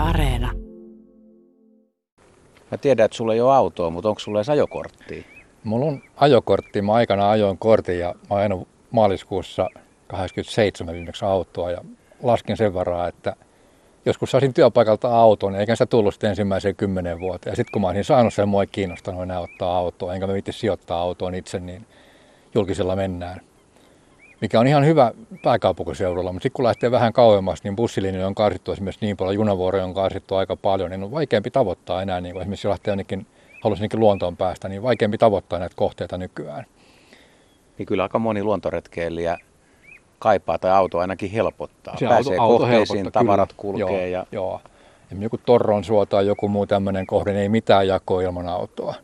Areena. Mä tiedän, että sulla ei ole autoa, mutta onko sulla edes ajokorttia? Mulla on ajokortti. Mä aikanaan ajoin kortin ja mä ajoin maaliskuussa 87 viimeksi autoa ja laskin sen varaa, että joskus saisin työpaikalta auton, eikä sitä tullut sitten ensimmäiseen 10 vuoteen. Ja sitten kun mä olisin saanut sen, mua ei kiinnostanut enää ottaa autoa, enkä mä viitti sijoittaa autoon itse, niin julkisella mennään. Mikä on ihan hyvä pääkaupunkiseudulla, mutta sitten kun lähtee vähän kauemmas, niin bussilinjoja on karsittu esimerkiksi niin paljon, junavuoroja on karsittu aika paljon, niin on vaikeampi tavoittaa enää, niin kuin esimerkiksi jos lähtee jonnekin, haluaisi luontoon päästä, niin vaikeampi tavoittaa näitä kohteita nykyään. Niin kyllä aika moni luontoretkeilijä kaipaa tai auto ainakin helpottaa. Se pääsee auto kohteisiin, helpottaa, tavarat kyllä. kulkee. Joo. Joku Torronsuo tai joku muu tämmöinen kohde, niin ei mitään jakoa ilman autoa.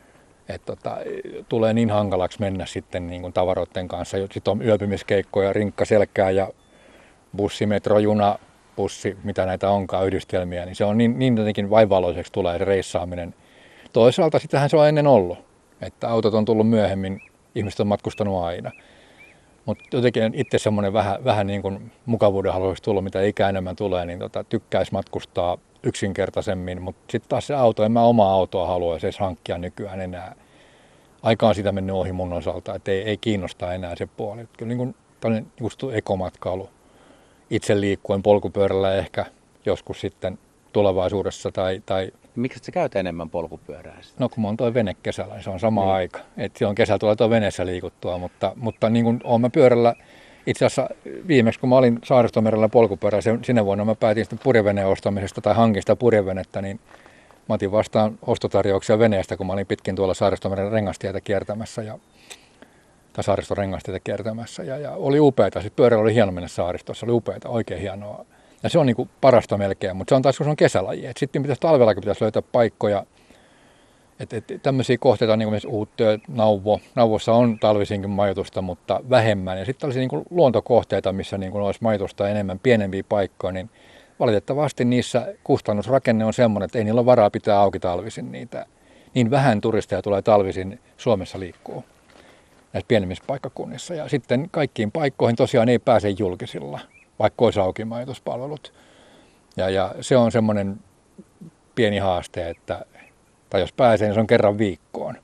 Tulee niin hankalaksi mennä sitten niin kuin tavaroiden kanssa. Sitten on yöpymiskeikkoja, rinkka selkää ja bussi, metro, juna, bussi, mitä näitä onkaan, yhdistelmiä. Niin se on niin jotenkin vaivaloiseksi tulee se reissaaminen. Toisaalta sitähän se on ennen ollut, että autot on tullut myöhemmin, ihmiset on matkustanut aina. Mutta jotenkin itse semmoinen vähän niin kuin mukavuuden haluaisi tulla, mitä ikä enemmän tulee, niin tykkäisi matkustaa yksinkertaisemmin. Mutta sitten taas se auto, en mä omaa autoa halua edes hankkia nykyään enää. Aika on sitä mennyt ohi mun osalta, että ei kiinnosta enää se puoli. Kyllä niin kuin tällainen just ekomatkailu, itse liikkuen polkupyörällä ehkä joskus sitten tulevaisuudessa tai Miksi sä käyt enemmän polkupyörää? No kun mä oon toi vene kesällä, niin se on sama aika. Et silloin kesällä tulee toi veneessä liikuttua, mutta niin kuin oon mä pyörällä, itse asiassa viimeksi kun mä olin Saaristomerellä polkupyörällä, sinä vuonna mä päätin sitten purjeveneen ostamisesta tai hankin sitä purjevenettä, niin mä otin vastaan ostotarjouksia veneestä, kun mä olin pitkin tuolla Saaristomeren rengastietä kiertämässä tai Saariston rengastietä kiertämässä ja oli upeata. Sitten pyörällä oli hieno mennä saaristossa, oli upeata, oikein hienoa. Ja se on niin kuin parasta melkein, mutta se on taas kun se on kesälaji. Et sitten talvellakin pitäisi löytää paikkoja. Tämmöisiä kohteita niin kuin esimerkiksi Uuttyö, Nauvo. Nauvossa on talvisinkin majoitusta, mutta vähemmän. Ja sitten tällaisia niin kuin luontokohteita, missä niin kuin olisi majoitusta enemmän, pienempiä paikkoja, niin valitettavasti niissä kustannusrakenne on semmoinen, että ei niillä ole varaa pitää auki talvisin niitä. Niin vähän turisteja tulee talvisin Suomessa liikkuu näissä pienemmissä paikkakunnissa. Ja sitten kaikkiin paikkoihin tosiaan ei pääse julkisilla, vaikka olisi auki majoituspalvelut. Ja se on semmoinen pieni haaste, tai jos pääsee, niin se on kerran viikkoon.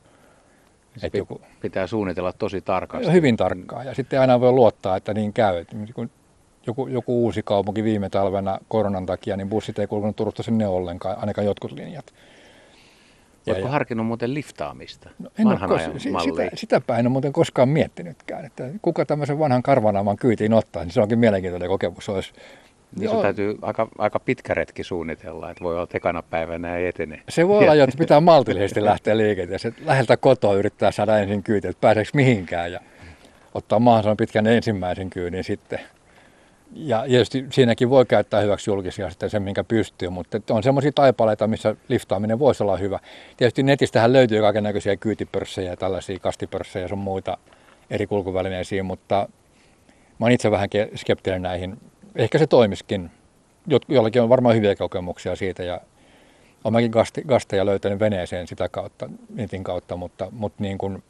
Pitää suunnitella tosi tarkasti. Hyvin tarkkaan, ja sitten aina voi luottaa, että niin käy. Joku uusi kaupunki viime talvena koronan takia, niin bussit ei kulkenut Turusta sinne ollenkaan, ainakaan jotkut linjat. Oletko harkinnut muuten liftaamista? No, sitäpä en ole muuten koskaan miettinytkään, että kuka tämmöisen vanhan karvanaaman kyytiin ottaa, niin se onkin mielenkiintoinen kokemus. Niin sun täytyy aika pitkä retki suunnitella, että voi olla, että ekana päivänä ei etene. Se voi olla, että pitää maltillisesti lähteä liikenteeseen. Läheltä kotoa yrittää saada ensin kyyti, että pääseekö mihinkään ja ottaa mahdollisimman pitkän ensimmäisen kyydin sitten. Ja tietysti siinäkin voi käyttää hyväksi julkisia sitten sen, minkä pystyy, mutta on semmoisia taipaleita, missä liftaaminen voisi olla hyvä. Tietysti netistähän löytyy kaikennäköisiä kyytipörssejä ja tällaisia kastipörssejä ja sun muita eri kulkuvälineisiin, mutta mä oon itse vähän skeptinen näihin. Ehkä se toimisikin. Jollakin on varmaan hyviä kokemuksia siitä ja olen mäkin gasteja löytänyt veneeseen sitä kautta, netin kautta, mutta niin kuin,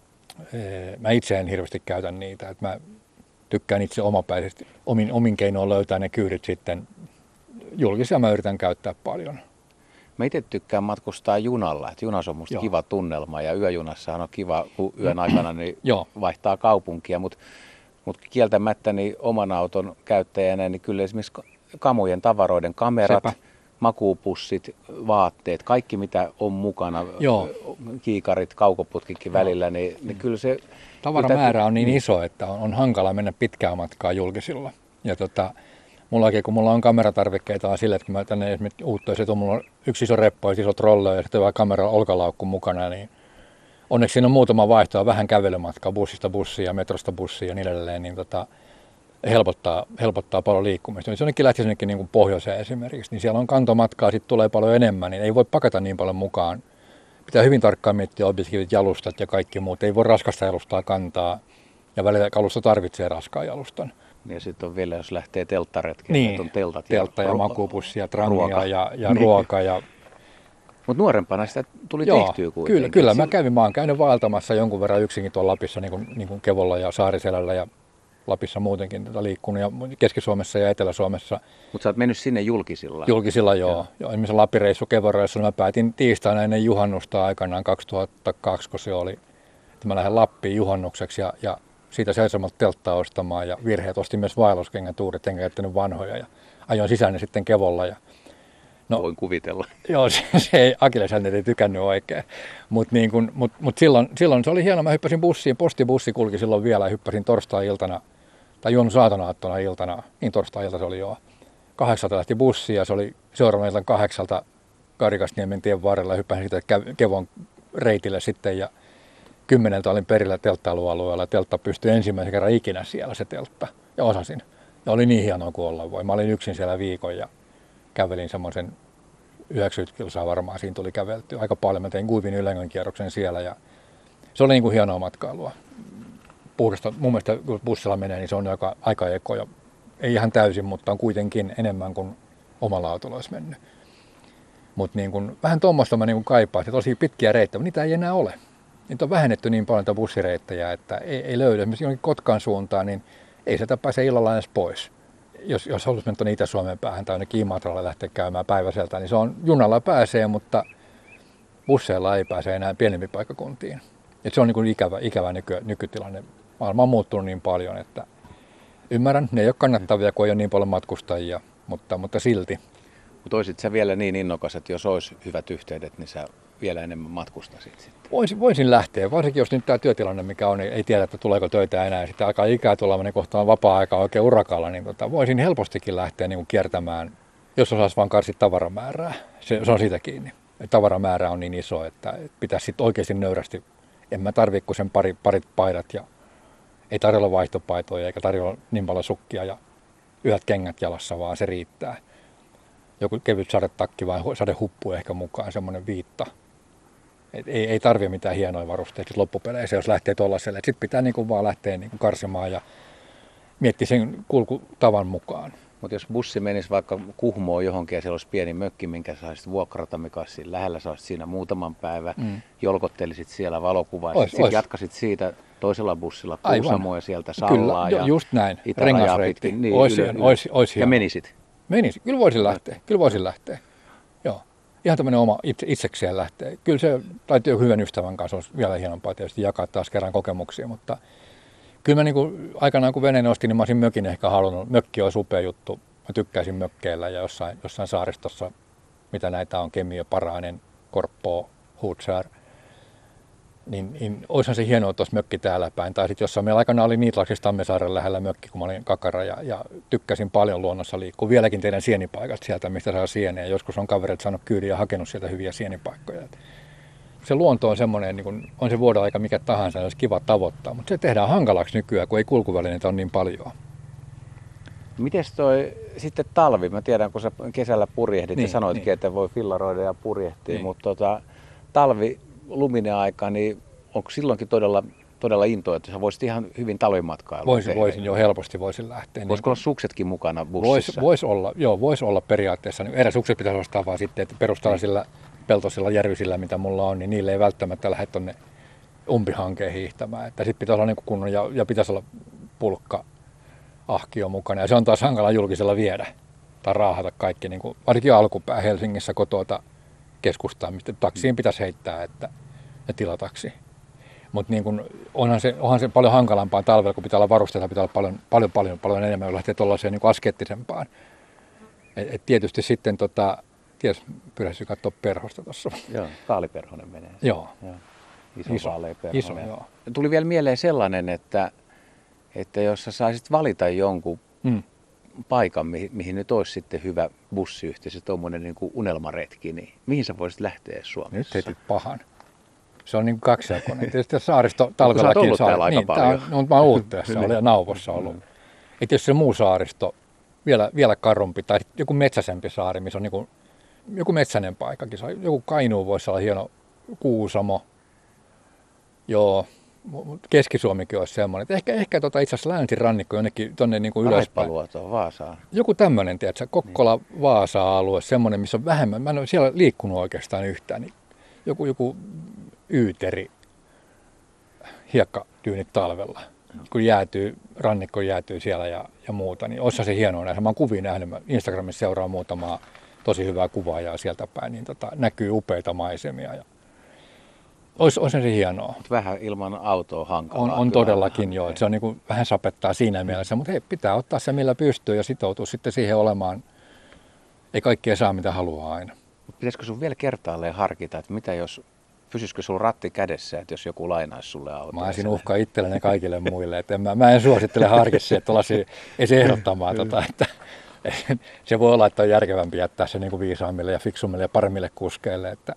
mä itse en hirveästi käytä niitä. Että mä tykkään itse omapäisesti omin keinoin löytää ne kyydit sitten. Julkisia mä yritän käyttää paljon. Mä itse tykkään matkustaa junalla. Että junassa on musta kiva tunnelma ja yöjunassahan on kiva, kun yön aikana niin vaihtaa kaupunkia. Mutta kieltämättä niin oman auton käyttäjänä, niin kyllä esimerkiksi kamojen tavaroiden kamerat, makuupussit, vaatteet, kaikki mitä on mukana, kiikarit, kaukoputkikin välillä, niin kyllä se... Tavaramäärä on niin iso, että on hankala mennä pitkää matkaa julkisilla. Ja mullakin, kun mulla on kameratarvikkeita, on sille, että kun mä tänne esimerkiksi Uuttöiset, mulla on yksi iso reppo, iso trolle ja sitten vaan kamera olkalaukku mukana, niin onneksi siinä on muutama vaihtoa, vähän kävelymatkaa bussista bussiin ja metrosta bussiin ja niin edelleen, niin helpottaa paljon liikkumista. Jos jonnekin lähtee sinnekin niin kuin pohjoiseen esimerkiksi, niin siellä on kantomatkaa, sitten tulee paljon enemmän, niin ei voi pakata niin paljon mukaan. Pitää hyvin tarkkaan miettiä objektiivit, jalustat ja kaikki muut. Ei voi raskasta jalustaa kantaa ja välillä kalusto tarvitsee raskaan jalustan. Ja sitten on vielä, jos lähtee telttaretkeen, niin, on teltat ja makuupussi ja trangia ja ruoka. Mutta nuorempana sitä tuli tehtyä kuitenkin. Kyllä. Mä oon käynyt vaeltamassa jonkun verran yksinkin tuolla Lapissa, niin kuin Kevolla ja Saariselällä ja Lapissa muutenkin liikkunut ja Keski-Suomessa ja Etelä-Suomessa. Mutta sä oot mennyt sinne julkisilla? Julkisilla, joo. Esimerkiksi Lapin-reissu Kevoreissulla mä päätin tiistaina ennen juhannusta aikanaan 2002, kun se oli, että mä lähden Lappiin juhannukseksi ja siitä seisomalta telttaa ostamaan ja virheet. Ostin myös vaelluskengät uudet, enkä käyttänyt vanhoja ja ajoin sisään sitten Kevolla. Voin kuvitella. Joo, se Akileshännet ei tykännyt oikein. Mutta silloin se oli hieno. Mä hyppäsin bussiin, postibussi kulki silloin vielä ja hyppäsin torstai-iltana, tai juonnusaatona iltana, niin torstai-ilta se oli joo. 8 lähti bussi ja se oli seuraavan iltan 8 Karikasniemen tien varrella. Hyppäsin sitä Kevon reitille sitten ja 10 olin perillä telttailualueella. Teltta pystyi ensimmäisen kerran ikinä siellä se teltta ja osasin. Ja oli niin hienoa kuin olla voi. Mä olin yksin siellä viikon ja kävelin semmoisen 90 kilsaa varmaan, siinä tuli käveltyä aika paljon. Mä tein Kuivin Ylengön kierroksen siellä ja se oli niin kuin hienoa matkailua. Puhdasta, mun mielestä kun bussilla menee, niin se on aika eko ja ei ihan täysin, mutta on kuitenkin enemmän kuin omalla autolla olisi mennyt. Mutta niin vähän tuommoista mä niin kaipaan, että tosi pitkiä reittejä, mutta niitä ei enää ole. Niitä on vähennetty niin paljon bussireittejä, että ei löydy. Esimerkiksi jonkin Kotkan suuntaan, niin ei sieltä pääse illalla edes pois. Jos haluaisi mennä tuonne Itä-Suomen päähän tai jonnekin Imatralle lähteä käymään päiväseltä, niin se on junalla pääsee, mutta busseilla ei pääse enää pienempiin paikkakuntiin. Et se on niin kuin ikävä nykytilanne. Maailma on muuttunut niin paljon, että ymmärrän, ne ei ole kannattavia, kun ei ole niin paljon matkustajia, mutta silti. Mutta olisit sä vielä niin innokas, että jos olisi hyvät yhteydet, niin sä vielä enemmän matkustasit sitten? Voisin lähteä, varsinkin jos nyt tämä työtilanne, mikä on, niin ei tiedä, että tuleeko töitä enää. Sitten alkaa ikää tulla, niin kohta on vapaa-aika oikein urakalla, niin voisin helpostikin lähteä niin kuin kiertämään, jos osaisi vaan karsia tavaramäärää. Se on siitä kiinni. Tavaramäärä on niin iso, että pitäisi sitten oikeasti nöyrästi. En mä tarvitse kuin sen parit paidat ja ei tarjolla vaihtopaitoja eikä tarjolla niin paljon sukkia ja yhdet kengät jalassa, vaan se riittää. Joku kevyt sadetakki vai sadehuppu ehkä mukaan, semmoinen viitta. Ei tarvitse mitään hienoja varusteita loppupeleissä, jos lähtee tuollaiselle. Sitten pitää niin vaan lähteä niin karsimaan ja miettiä sen kulkutavan mukaan. Mutta jos bussi menisi vaikka Kuhmoon johonkin ja siellä olisi pieni mökki, minkä saisit vuokrata, mikä olisi siinä lähellä, saisit siinä muutaman päivän, jolkottelisit siellä valokuvaa, sitten jatkasit siitä toisella bussilla Kuusamoon ja sieltä Sallaan ja just näin. Itärajaa pitkin. Niin, olisi ja menisit? Menisin, kyllä voisin lähteä. Joo. Ihan tämmöinen oma itsekseen lähtee. Kyllä se, tai hyvän ystävän kanssa olisi vielä hienompaa tietysti jakaa taas kerran kokemuksia, mutta kyllä mä niin kuin, aikanaan kun veneen ostin, niin mä olisin mökin ehkä halunnut. Mökki olisi upea juttu. Mä tykkäisin mökkeillä ja jossain saaristossa, mitä näitä on, Kemiö, Parainen, Korppoo, Huutsär. Niin olisihan se hienoa, että olisi mökki täällä päin. Tai sitten jossain meillä aikanaan oli Niitlaksissa Tammesaaren lähellä mökki, kun mä olin kakara ja tykkäsin paljon luonnossa liikkua. Vieläkin teidän sienipaikat sieltä, mistä saa sieniä. Joskus on kaverit saanut kyydin ja hakenut sieltä hyviä sienipaikkoja. Se luonto on semmoinen, niin kun on se vuoden aika mikä tahansa, olisi kiva tavoittaa, mutta se tehdään hankalaksi nykyään, kun ei kulkuvälineitä ole niin paljon. Mites toi sitten talvi? Mä tiedän, kun sä kesällä purjehdit ja sanoitkin, että voi fillaroida ja purjehtia, mutta talvi, luminen aika, niin onko silloinkin todella intoa, että sä voisit ihan hyvin talvimatkailua tehdä? Voisin jo helposti lähteä. Voisiko olla suksetkin mukana bussissa? Voisi olla periaatteessa. Eri sukset pitäisi ostaa vaan sitten, että perustalaisilla peltoisilla järvisillä, mitä mulla on, niin niille ei välttämättä lähde tuonne umpihankeen hiihtämään. Sitten pitäisi olla niin kunnon ja pitäisi olla pulkka ahkio mukana. Ja se on taas hankala julkisella viedä tai raahata kaikki, niin kuin, varsinkin alkupää Helsingissä kotoa keskustaan, mistä taksiin pitäisi heittää, että ne tilataksi. Mutta niin onhan se paljon hankalampaa talvella, kun pitää olla varusteita, pitää olla paljon enemmän, jos lähtee tuollaiseen niin askeettisempaan. Et tietysti sitten, pitäisi katsoa perhosta tuossa. Joo, kaaliperhonen menee. Joo. Iso vaalea perhonen. Iso, joo. Tuli vielä mieleen sellainen, että jos sä saisit valita jonkun paikan, mihin nyt olisi sitten hyvä bussiyhteys, tuommoinen niin kuin unelmaretki, niin mihin sä voisit lähteä Suomessa? Nyt heitit pahan. Se on niin kaksijakoinen. Tietysti saaristo talvellakin saa. Niin, mä oon Uutteessa oli ja Nauvossa ollut. Että jos se muu saaristo, vielä karumpi tai joku metsäisempi saari, missä on niin kuin, joku metsäinen paikkakin. Joku Kainuu voisi olla hieno, Kuusamo. Joo, Keski-Suomikin olisi semmoinen. Ehkä itse asiassa länsirannikko jonnekin tuonne niin kuin ylöspäin. Raippaluoto, Vaasaan. Joku tämmöinen, tiedätkö, Kokkola-Vaasa-alue, semmoinen, missä on vähemmän. Mä en ole siellä liikkunut oikeastaan yhtään. Niin joku Yyteri, hiekkatyynit talvella. kun rannikko jäätyy siellä ja muuta, niin olisihan se hienoa nähdä. Mä oon kuvia nähnyt, mä Instagramissa seuraan muutamaa tosi hyvää kuvaajaa sieltä päin, niin näkyy upeita maisemia. Ja olisi se hienoa. Vähän ilman autoa hankalaa. On todellakin joo. Se on niin kuin, vähän sapettaa siinä mielessä, mutta hei, pitää ottaa se millä pystyy ja sitoutua sitten siihen olemaan. Ei kaikkea saa mitä haluaa aina. Pitäisikö sun vielä kertaalleen harkita, että mitä jos, pysyisikö sun ratti kädessä, että jos joku lainaisi sulle autoa? Mä olisin uhka itselleni ja kaikille muille. Että mä en suosittele harkisia, että ollaan edes ehdottamaan. Että se voi olla, että on järkevämpi jättää se niin kuin viisaammille ja fiksummille ja paremmille kuskeille. Että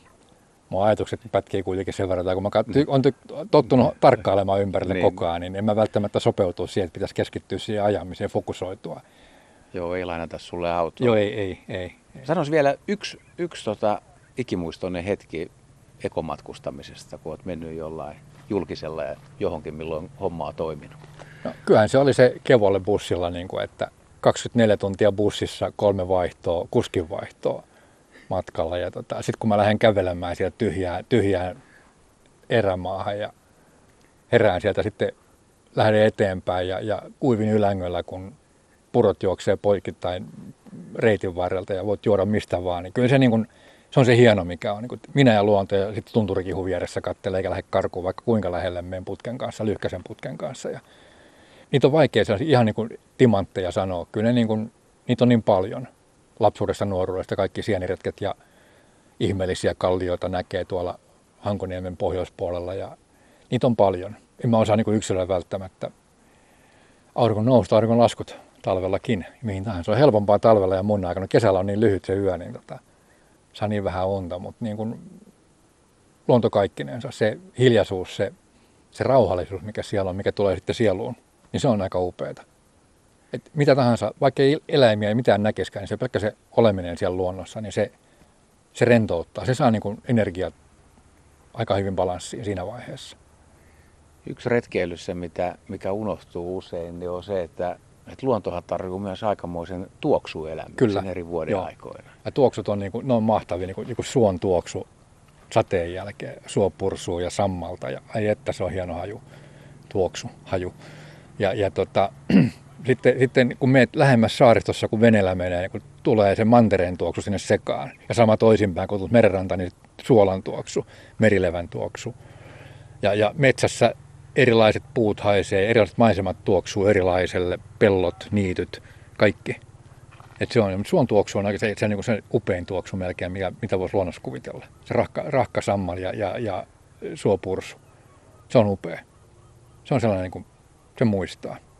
mun ajatukset pätkii kuitenkin sen verran, kun mä olen tottunut tarkkailemaan ympärille koko ajan, niin en mä välttämättä sopeutua siihen, että pitäisi keskittyä siihen ajamiseen, fokusoitua. Joo, ei lainata sulle autoa. Joo, ei. Sanois vielä yksi ikimuistoinen hetki ekomatkustamisesta, kun olet mennyt jollain julkisella ja johonkin, milloin homma on toiminut. No, kyllähän se oli se Kevolle bussilla, niin kuin, että 24 tuntia bussissa, 3 vaihtoa, kuskin vaihtoa matkalla. Ja sitten kun mä lähden kävelemään sieltä tyhjään erämaahan ja herään sieltä sitten lähden eteenpäin ja kuivin ylängöllä, kun purot juoksee poikittain reitin varrelta ja voit juoda mistä vaan. Niin kyllä se, niin kun, se on se hieno, mikä on. Niin minä ja luonto ja sitten tunturikin vieressä kattelee eikä lähde karkuun, vaikka kuinka lähelle menen putken kanssa, lyhkäisen putken kanssa. Ja niitä on vaikea ihan niin kuin timantteja sanoa. Kyllä ne, niin kuin, niitä on niin paljon. Lapsuudesta, nuoruudesta kaikki sieniretket ja ihmeellisiä kallioita näkee tuolla Hankoniemen pohjoispuolella. Ja niitä on paljon. En mä osaa niin kuin yksilöä välttämättä. Auringon nousta, auringon laskut talvellakin. Mihin tahansa. Se on helpompaa talvella ja mun aikana. Kesällä on niin lyhyt se yö, niin saa niin vähän unta. Mutta niin kuin luonto kaikkinensa, se hiljaisuus, se rauhallisuus, mikä siellä on, mikä tulee sitten sieluun, niin se on aika upeata. Et mitä tahansa, vaikka ei eläimiä ei mitään näkeskään, niin se pelkkä se oleminen siellä luonnossa, niin se rentouttaa. Se saa niin kuin energiat aika hyvin balanssiin siinä vaiheessa. Yksi retkeilyssä, mikä unohtuu usein, niin on se, että luontohan tarjoaa myös aikamoisen tuoksuelämyksen eri vuoden aikoina. Ja tuoksut on, niin kuin, ne on mahtavia, niin kuin suon tuoksu sateen jälkeen, suo pursuu ja sammalta. Ja ai että se on hieno haju. Sitten kun menet lähemmäs saaristossa, kun veneellä menee, kun tulee se mantereen tuoksu sinne sekaan. Ja sama toisinpäin, kun tulet merenrantaan, niin suolan tuoksu, merilevän tuoksu. Ja metsässä erilaiset puut haisee, erilaiset maisemat tuoksuu erilaiselle, pellot, niityt, kaikki. Et suon tuoksu on oikein se, niin se upein tuoksu melkein, mitä voisi luonnossa kuvitella. Se rahka sammal ja suopursu. Se on upea. Se on sellainen, niin kuin se muistaa.